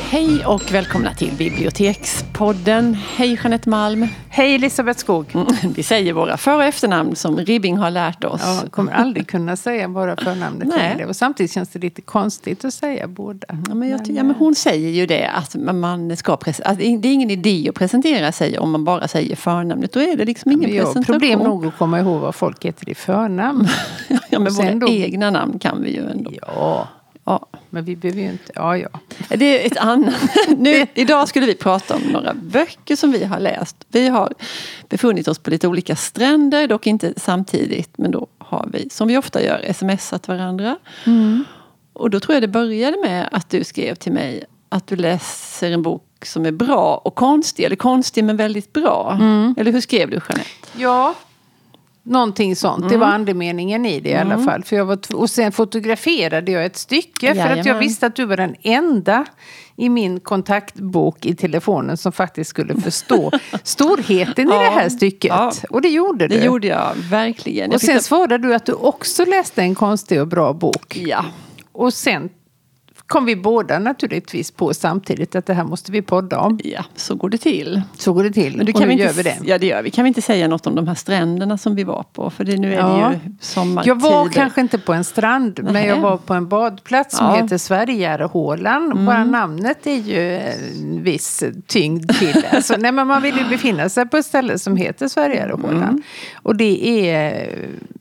Hej och välkomna till Bibliotekspodden. Hej Jeanette Malm. Hej Elisabeth Skog. Vi säger våra för- och efternamn som Ribbing har lärt oss. Ja, jag kommer aldrig kunna säga våra förnamn. Och samtidigt känns det lite konstigt att säga båda. Ja, men hon säger ju det att man ska det är ingen idé att presentera sig om man bara säger förnamnet. Då är det liksom ingen presentation. Problem nog att komma ihåg vad folk heter i förnamn. Ja, men våra egna namn kan vi ju ändå. Ja. Men vi behöver ju inte... Ja. Det är ett annat. Idag skulle vi prata om några böcker som vi har läst. Vi har befunnit oss på lite olika stränder, dock inte samtidigt. Men då har vi, som vi ofta gör, smsat varandra. Mm. Och då tror jag det började med att du skrev till mig att du läser en bok som är bra och konstig. Eller konstig men väldigt bra. Mm. Eller hur skrev du, Jeanette? Ja, någonting sånt. Det var andemeningen i det i alla fall. För och sen fotograferade jag ett stycke. För att jag visste att du var den enda i min kontaktbok i telefonen som faktiskt skulle förstå storheten i det här stycket. Ja. Och det gjorde du. Det gjorde jag, verkligen. Och sen svarade du att du också läste en konstig och bra bok. Ja. Och sen kom vi båda naturligtvis på samtidigt att det här måste vi podda om. Ja, så går det till. Men du, kan vi gör vi det. Ja, det gör vi. Kan vi inte säga något om de här stränderna som vi var på? För nu är det ju sommartider. Jag var kanske inte på en strand, men jag var på en badplats som heter Sverigehålan. Bara namnet är ju en viss tyngd till. Alltså, men man vill ju befinna sig på ett ställe som heter Sverigehålan. Och det är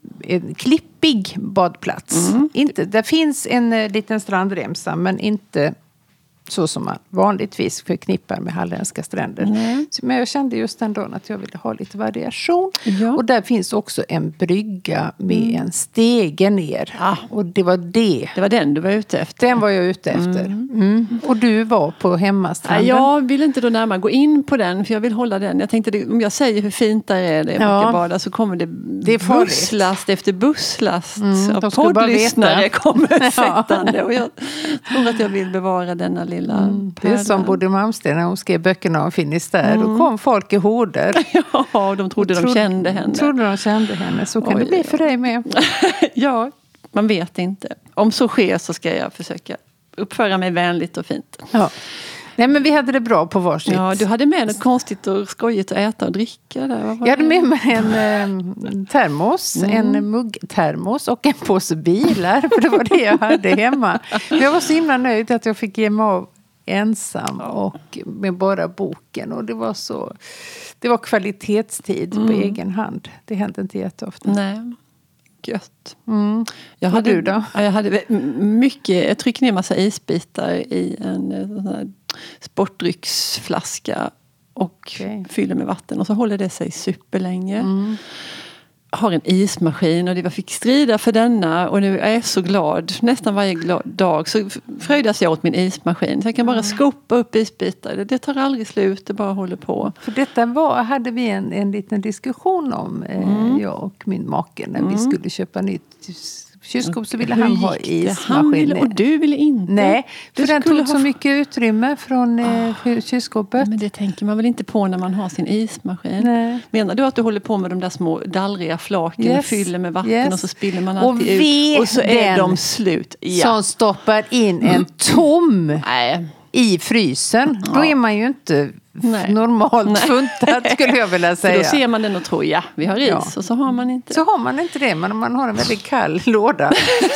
en klippig badplats. Där finns en liten strandremsa, men inte så som man vanligtvis förknippar med halländska stränder. Men jag kände just den dagen att jag ville ha lite variation. Ja. Och där finns också en brygga med en stege ner. Och det var det. Det var den du var ute efter. Den var jag ute efter. Och du var på hemmastranden. Jag vill inte då närmare gå in på den, för jag vill hålla den. Jag tänkte, om jag säger hur fint där är det bada, så kommer det är busslast efter busslast. Och poddlyssnare kommer sättande. Och jag tror att jag vill bevara denna lilla det är som Bodil Malmsten när hon skrev böckerna om Finisterre. Då kom folk i horder. Ja, de trodde de kände henne. Så kan det bli för dig med. Ja, man vet inte. Om så sker så ska jag försöka uppföra mig vänligt och fint. Ja. Nej, men vi hade det bra på varsitt. Ja, du hade med något konstigt och skojigt att äta och dricka där. Jag hade med mig en termos, en muggtermos och en påse bilar. För det var det jag hade hemma. Men jag var så himla nöjd att jag fick ge mig av ensam och med bara boken. Och det var kvalitetstid på egen hand. Det hände inte jätteofta. Nej. Gött. Jag hade mycket. Jag tryckte ner massa isbitar i en sån här sportdrycksflaska och fyller med vatten och så håller det sig superlänge. Har en ismaskin och jag fick strida för denna och nu är jag så glad. Nästan varje dag så fröjdas jag åt min ismaskin. Så jag kan bara skopa upp isbitar. Det tar aldrig slut, det bara håller på. För detta hade vi en liten diskussion om, jag och min make, när vi skulle köpa nytt kylskåp, så ville han ha ismaskin. Och du ville inte? Nej, för den tog så mycket utrymme från kylskåpet. Men det tänker man väl inte på när man har sin ismaskin. Nej. Menar du att du håller på med de där små dallriga flaken och fyller med vatten och så spiller man alltid ut och så är de slut. Ja. Som stoppar in en tom i frysen. Då är man ju inte normalt funtad, skulle jag vilja säga. För då ser man den och tror, vi har is och så har man inte. Så har man inte det, men man har en väldigt kall låda.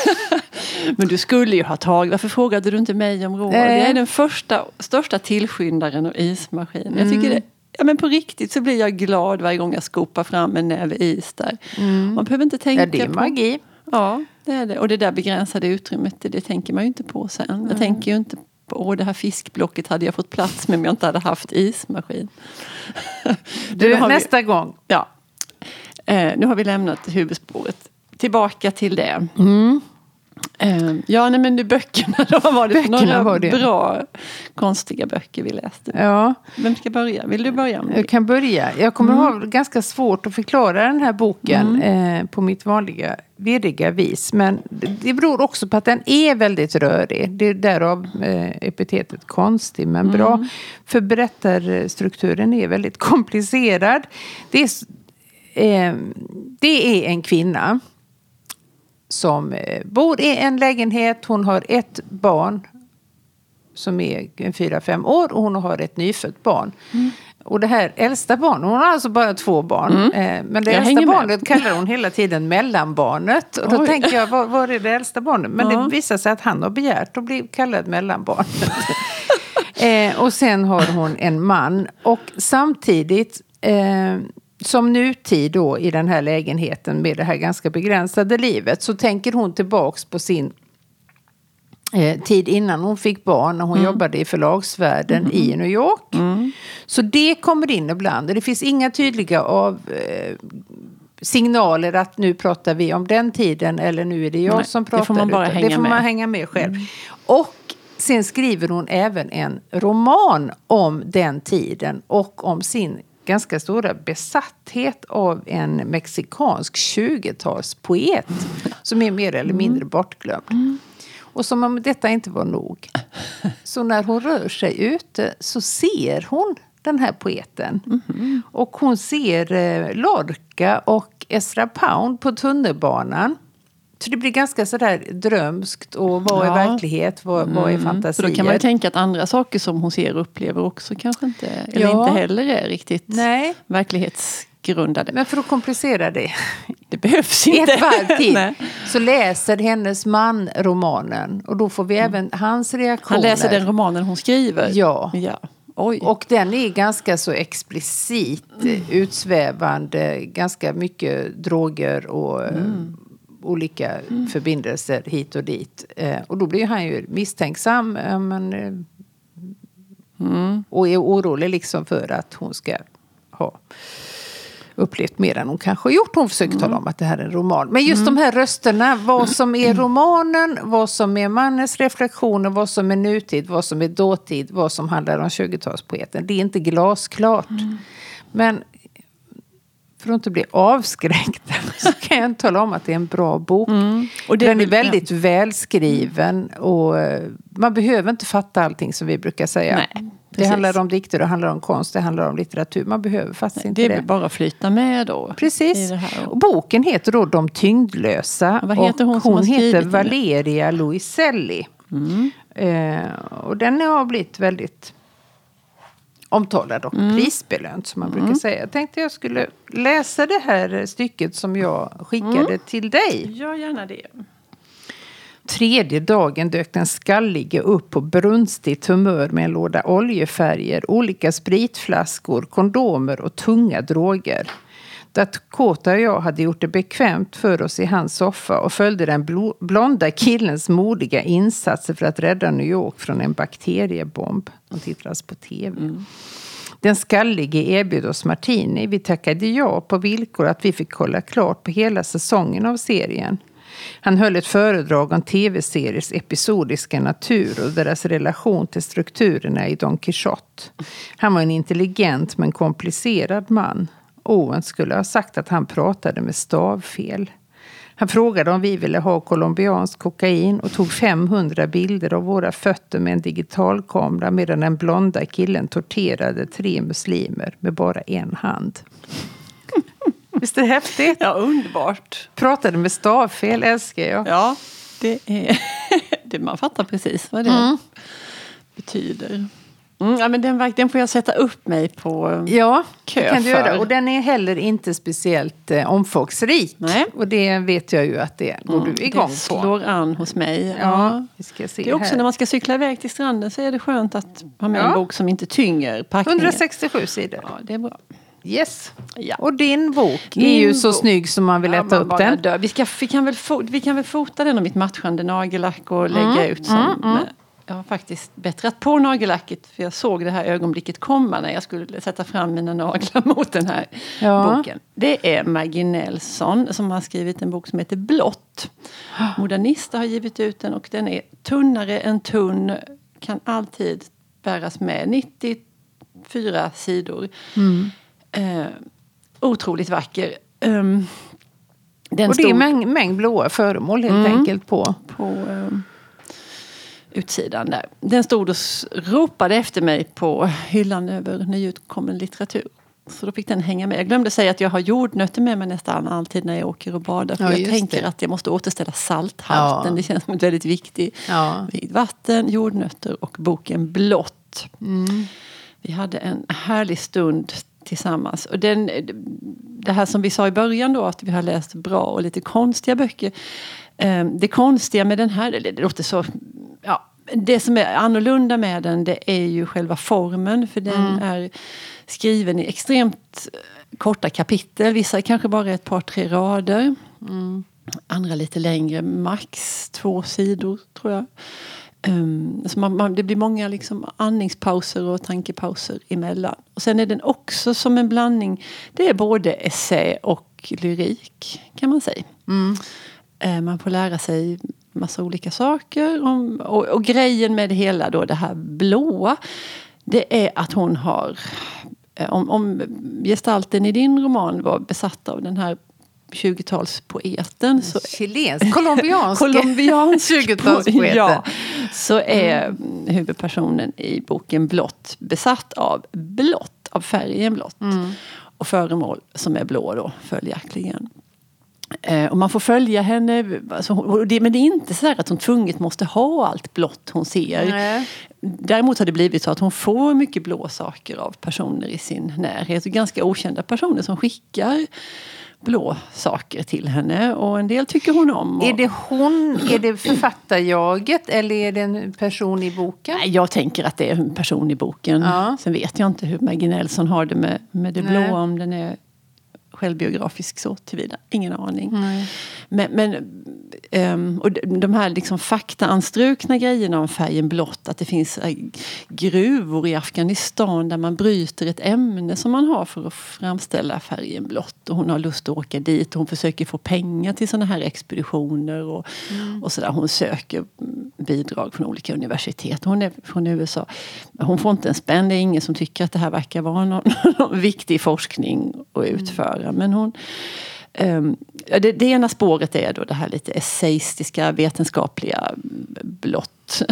Men du skulle ju ha tagit, varför frågade du inte mig om råd? Jag är den största tillskyndaren av ismaskin. Jag tycker det. Men på riktigt så blir jag glad varje gång jag skopar fram en näve is där. Man behöver inte tänka det är magi. Ja, det är det. Och det där begränsade utrymmet, det tänker man ju inte på sen. Jag tänker ju inte på, det här fiskblocket hade jag fått plats med om jag inte hade haft ismaskin. Nästa gång. Ja. Nu har vi lämnat huvudspåret. Tillbaka till det. Men böckerna då var det några bra konstiga böcker vi läste. Ja. Vem ska börja? Vill du börja? Jag kan börja. Jag kommer ha ganska svårt att förklara den här boken på mitt vanliga virriga vis. Men det beror också på att den är väldigt rörig. Det är därav epitetet konstig men bra. För berättarstrukturen är väldigt komplicerad. Det är en kvinna som bor i en lägenhet. Hon har ett barn som är 4-5 år och hon har ett nyfött barn. Och det här äldsta barnet, hon har alltså bara 2 barn. Men det äldsta barnet kallar hon hela tiden mellanbarnet. Och då tänker jag, var är det äldsta barnet? Men det visar sig att han har begärt att bli kallad mellanbarnet. Och sen har hon en man. Och samtidigt, som nutid då i den här lägenheten med det här ganska begränsade livet, så tänker hon tillbaks på sin tid innan hon fick barn, när hon jobbade i förlagsvärlden i New York. Så det kommer in ibland. Det finns inga tydliga signaler att nu pratar vi om den tiden eller nu är det jag som pratar. Det får man bara hänga med själv. Och sen skriver hon även en roman om den tiden och om sin ganska stora besatthet av en mexikansk 20-talspoet som är mer eller mindre bortglömd. Och som om detta inte var nog. Så när hon rör sig ute så ser hon den här poeten. Och hon ser Lorca och Ezra Pound på tunnelbanan. Så det blir ganska sådär drömskt. Och vad är verklighet? Vad är fantasier? För då kan man ju tänka att andra saker som hon ser och upplever också kanske inte, eller inte heller är riktigt verklighetsgrundade. Men för att komplicera det behövs inte. Ett varv till. Så läser hennes man romanen. Och då får vi även hans reaktioner. Han läser den romanen hon skriver? Ja. Oj. Och den är ganska så explicit utsvävande. Ganska mycket droger och olika förbindelser hit och dit. Och då blir han ju misstänksam. Och är orolig liksom för att hon ska ha upplevt mer än hon kanske har gjort. Hon försöker tala om att det här är en roman. Men just de här rösterna, vad som är romanen, vad som är mannens reflektioner, vad som är nutid, vad som är dåtid, vad som handlar om 20-talspoeten. Det är inte glasklart. Men för att inte bli avskräckt så kan jag tala om att det är en bra bok. Och den är väldigt välskriven och man behöver inte fatta allting som vi brukar säga. Nej. Det handlar om dikter, det handlar om konst, det handlar om litteratur. Man behöver faktiskt inte det. Det är bara att flyta med då. Precis. I det här. Och boken heter då De tyngdlösa. Vad heter hon heter Valeria Luiselli. Och den har blivit väldigt omtalad och prisbelönt som man brukar säga. Jag tänkte jag skulle läsa det här stycket som jag skickade till dig. Ja, gärna det. 3:e dagen dök den skallige upp på brunstigt humör med en låda oljefärger, olika spritflaskor, kondomer och tunga droger. Dakota och jag hade gjort det bekvämt för oss i hans soffa och följde den blonda killens modiga insatser för att rädda New York från en bakteriebomb. De tittades på tv. Den skallige erbjöd oss martini. Vi tackade ja på villkor att vi fick kolla klart på hela säsongen av serien. Han höll ett föredrag om tv-series episodiska natur och deras relation till strukturerna i Don Quixote. Han var en intelligent men komplicerad man. Owen skulle ha sagt att han pratade med stavfel. Han frågade om vi ville ha colombiansk kokain och tog 500 bilder av våra fötter med en digitalkamera medan den blonda killen torterade 3 muslimer med bara en hand. Visst är det häftigt? Ja, underbart. Pratade med stavfel, älskar jag. Ja, det är det man fattar precis vad det betyder. Ja, men den får jag sätta upp mig på kö kan du för. göra. Och den är heller inte speciellt omfångsrik. Nej. Och det vet jag ju att det går du igång det på. slår an hos mig. Ja, vi ska se det är också här. när man ska cykla iväg till stranden så är det skönt att ha med en bok som inte tynger packningen. 167 sidor. Ja, det är bra. Yes. Ja. Och din bok är ju så snygg som man vill äta upp den. Vi kan väl fota den om mitt matchande nagellack och lägga ut som... Jag har faktiskt bättrat på nagellacket för jag såg det här ögonblicket komma när jag skulle sätta fram mina naglar mot den här boken. Det är Maggie Nelson som har skrivit en bok som heter Blått. Modernista har givit ut den och den är tunnare än tunn. Kan alltid bäras med. 94 sidor. Otroligt vacker. Och det är mängd blåa föremål helt enkelt på utsidan där. Den stod och ropade efter mig på hyllan över nyutkommen litteratur. Så då fick den hänga med. Jag glömde säga att jag har jordnötter med mig nästan alltid när jag åker och badar. För jag tänker att jag måste återställa salthalten. Det känns som ett väldigt viktigt. Vid vatten, jordnötter och boken Blott. Vi hade en härlig stund tillsammans. Och det här som vi sa i början då, att vi har läst bra och lite konstiga böcker. Det konstiga med den här, det låter så... Ja, det som är annorlunda med den, det är ju själva formen. För den är skriven i extremt korta kapitel. Vissa kanske bara ett par, 3 rader. Andra lite längre, max 2 sidor tror jag. Så det blir många liksom andningspauser och tankepauser emellan. Och sen är den också som en blandning. Det är både essä och lyrik, kan man säga. Man får lära sig massa olika saker. Och grejen med det hela då, det här blåa, det är att hon har... Om gestalten i din roman var besatt av den här 20-talspoeten. Chilensk, colombiansk 20-talspoeten. Ja, så är huvudpersonen i boken Blott besatt av blått, av färgen blått. Och föremål som är blå då, följaktligen. Och man får följa henne. Alltså, men det är inte så här att hon tvunget måste ha allt blått hon ser. Nej. Däremot har det blivit så att hon får mycket blå saker av personer i sin närhet. Ganska okända personer som skickar blå saker till henne. Och en del tycker hon om. Är det författarjaget eller är det en person i boken? Nej, jag tänker att det är en person i boken. Ja. Sen vet jag inte hur Maggie Nelson har det med det blå, om den är självbiografisk så tillvida. Ingen aning. Men och de här liksom faktaanstrukna grejerna om färgen blått, att det finns gruvor i Afghanistan där man bryter ett ämne som man har för att framställa färgen blått, och hon har lust att åka dit och hon försöker få pengar till såna här expeditioner och sådär. Hon söker bidrag från olika universitet. Hon är från USA. Hon får inte en spänn. Det är ingen som tycker att det här verkar vara någon viktig forskning att utföra. Men hon... Det ena spåret är då det här lite essayistiska, vetenskapliga blått.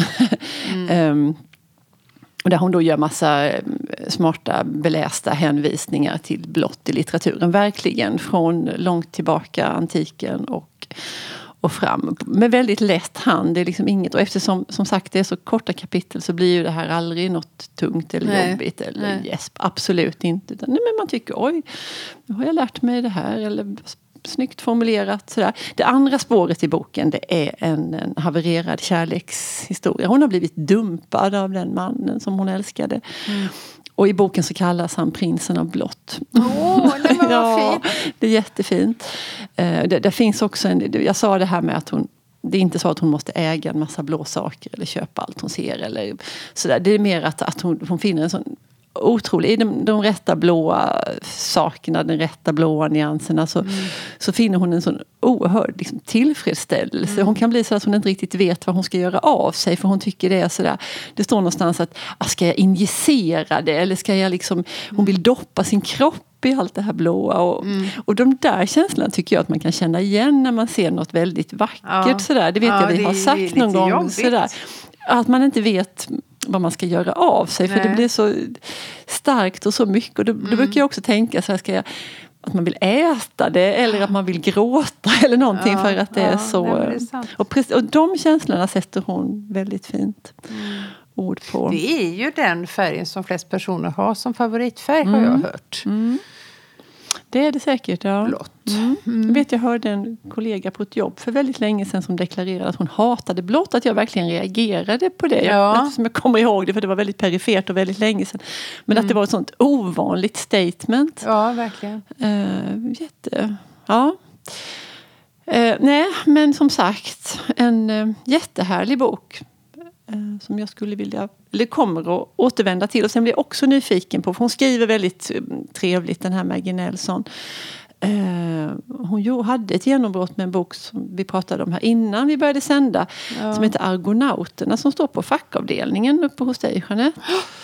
Och där hon då gör massa smarta, belästa hänvisningar till blått i litteraturen. Verkligen från långt tillbaka antiken och fram. Med väldigt lätt hand. Det är liksom inget. Och eftersom som sagt det är så korta kapitel, så blir ju det här aldrig något tungt eller jobbigt eller gäsp. Absolut inte. Utan, men man tycker, oj, nu har jag lärt mig det här. Eller snyggt formulerat. Sådär. Det andra spåret i boken, det är en havererad kärlekshistoria. Hon har blivit dumpad av den mannen som hon älskade. Och i boken så kallas han prinsen av blått. Det var ja, fint. Det är jättefint. Det finns också jag sa det här med att det är inte så att hon måste äga en massa blå saker eller köpa allt hon ser eller sådär. Det är mer att hon finner en sån otrolig, i de rätta blåa sakerna, den rätta blåa nyanserna, så finner hon en sån oerhörd liksom, tillfredsställelse. Hon kan bli så att hon inte riktigt vet vad hon ska göra av sig, för hon tycker det är sådär, det står någonstans att ska jag injicera det eller ska jag liksom, hon vill doppa sin kropp i allt det här blåa och de där känslorna tycker jag att man kan känna igen när man ser något väldigt vackert sådär. Det vet jag vi har sagt någon gång sådär. Att man inte vet vad man ska göra av sig. För det blir så starkt och så mycket. Och då brukar jag också tänka så här, att man vill äta det eller att man vill gråta eller någonting för att det är så. Och de känslorna sätter hon väldigt fint ord på. Det är ju den färgen som flest personer har som favoritfärg har jag hört. Det är det säkert, ja. Blått. Jag hörde en kollega på ett jobb för väldigt länge sedan som deklarerade att hon hatade blått, att jag verkligen reagerade på det. Eftersom jag kommer ihåg det, för det var väldigt perifert och väldigt länge sedan. Men att det var ett sånt ovanligt statement. Ja, verkligen. Nej, men som sagt, en jättehärlig bok. Som jag skulle vilja, eller kommer att återvända till. Och sen blir jag också nyfiken på, för hon skriver väldigt trevligt, den här Maggie Nelson. Hon hade ett genombrott med en bok som vi pratade om här innan vi började sända. Som heter Argonauterna, som står på fackavdelningen uppe hos dig, Jeanette.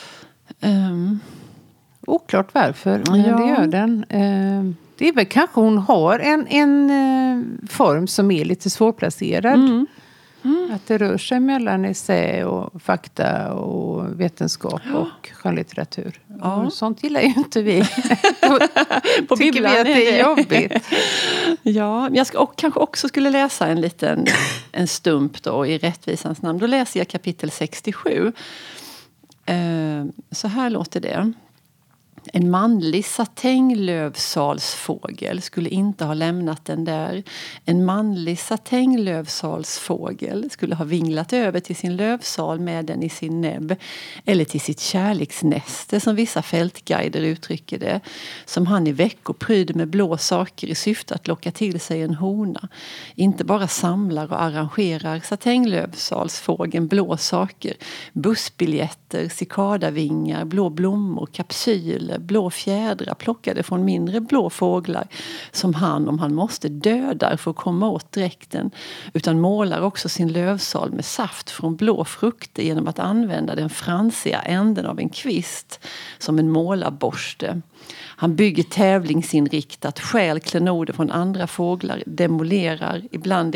Oklart varför, men det gör den. Det är väl kanske hon har en form som är lite svårplacerad. Att det rör sig mellan essä och fakta och vetenskap och skönlitteratur. Ja. Sånt gillar ju inte vi. På tycker vi att det är jobbigt. Ja, jag kanske också skulle läsa en stump då i rättvisans namn. Då läser jag kapitel 67. Så här låter det. En manlig satänglövsalsfågel skulle inte ha lämnat den där. En manlig satänglövsalsfågel skulle ha vinglat över till sin lövsal med den i sin näbb. Eller till sitt kärleksnäste, som vissa fältguider uttrycker det. Som han i veckor pryder med blå saker i syfte att locka till sig en hona. Inte bara samlar och arrangerar satänglövsalsfågeln blå saker. Bussbiljetter, cikadavingar, blå blommor, kapsyler, blå fjädrar plockade från mindre blå fåglar som han, om han måste, dödar för att komma åt dräkten, utan målar också sin lövsal med saft från blå frukter genom att använda den fransiga änden av en kvist som en målarborste. Han bygger tävlingsinriktat, stjäl klenoder från andra fåglar, demolerar ibland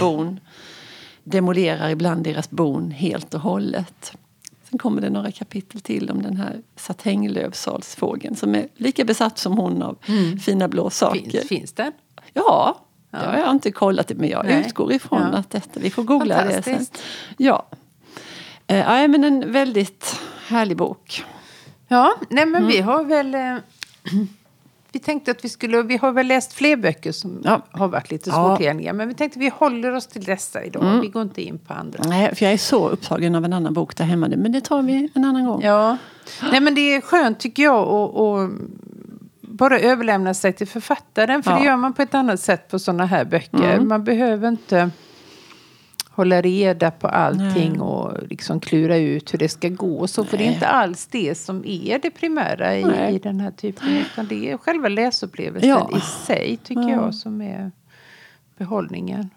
deras bon helt och hållet. Sen kommer det några kapitel till om den här satänglövsalsfågeln som är lika besatt som hon av fina blå saker. Finns det? Ja, det har jag inte kollat det, men jag utgår ifrån att detta, vi får googla det sen. Ja. Men en väldigt härlig bok. Ja, nej men vi har väl... Vi tänkte att vi har väl läst fler böcker som har varit lite svårtillgängliga. Men vi tänkte att vi håller oss till dessa idag. Vi går inte in på andra. Nej, för jag är så upptagen av en annan bok där hemma. Men det tar vi en annan gång. Ja, nej men det är skönt tycker jag att bara överlämna sig till författaren. För det gör man på ett annat sätt på sådana här böcker. Man behöver inte hålla reda på allting och liksom klura ut hur det ska gå. Så för det är inte alls det som är det primära i den här typen. Utan det är själva läsupplevelsen i sig tycker jag som är behållningen.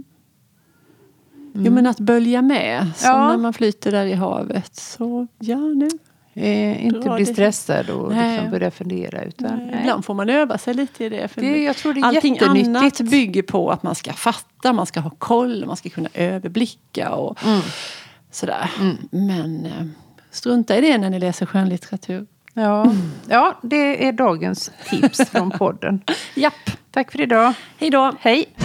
Jo, men att bölja med som när man flyter där i havet. Så nu. Inte bli stressad och liksom börja fundera. Ibland får man öva sig lite i det. För jag tror det är allting jättenyttigt. annat bygger på att man ska fatta, man ska ha koll, man ska kunna överblicka och sådär. Men strunta i det när ni läser skönlitteratur. Ja, det är dagens tips från podden. Japp. Tack för idag. Hej då. Hej.